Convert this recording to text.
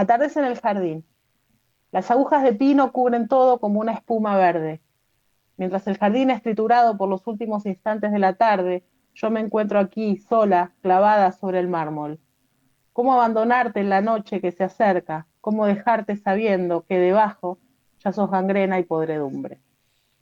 Atardece en el jardín. Las agujas de pino cubren todo como una espuma verde. Mientras el jardín es triturado por los últimos instantes de la tarde, yo me encuentro aquí, sola, clavada sobre el mármol. ¿Cómo abandonarte en la noche que se acerca? ¿Cómo dejarte sabiendo que debajo ya sos gangrena y podredumbre?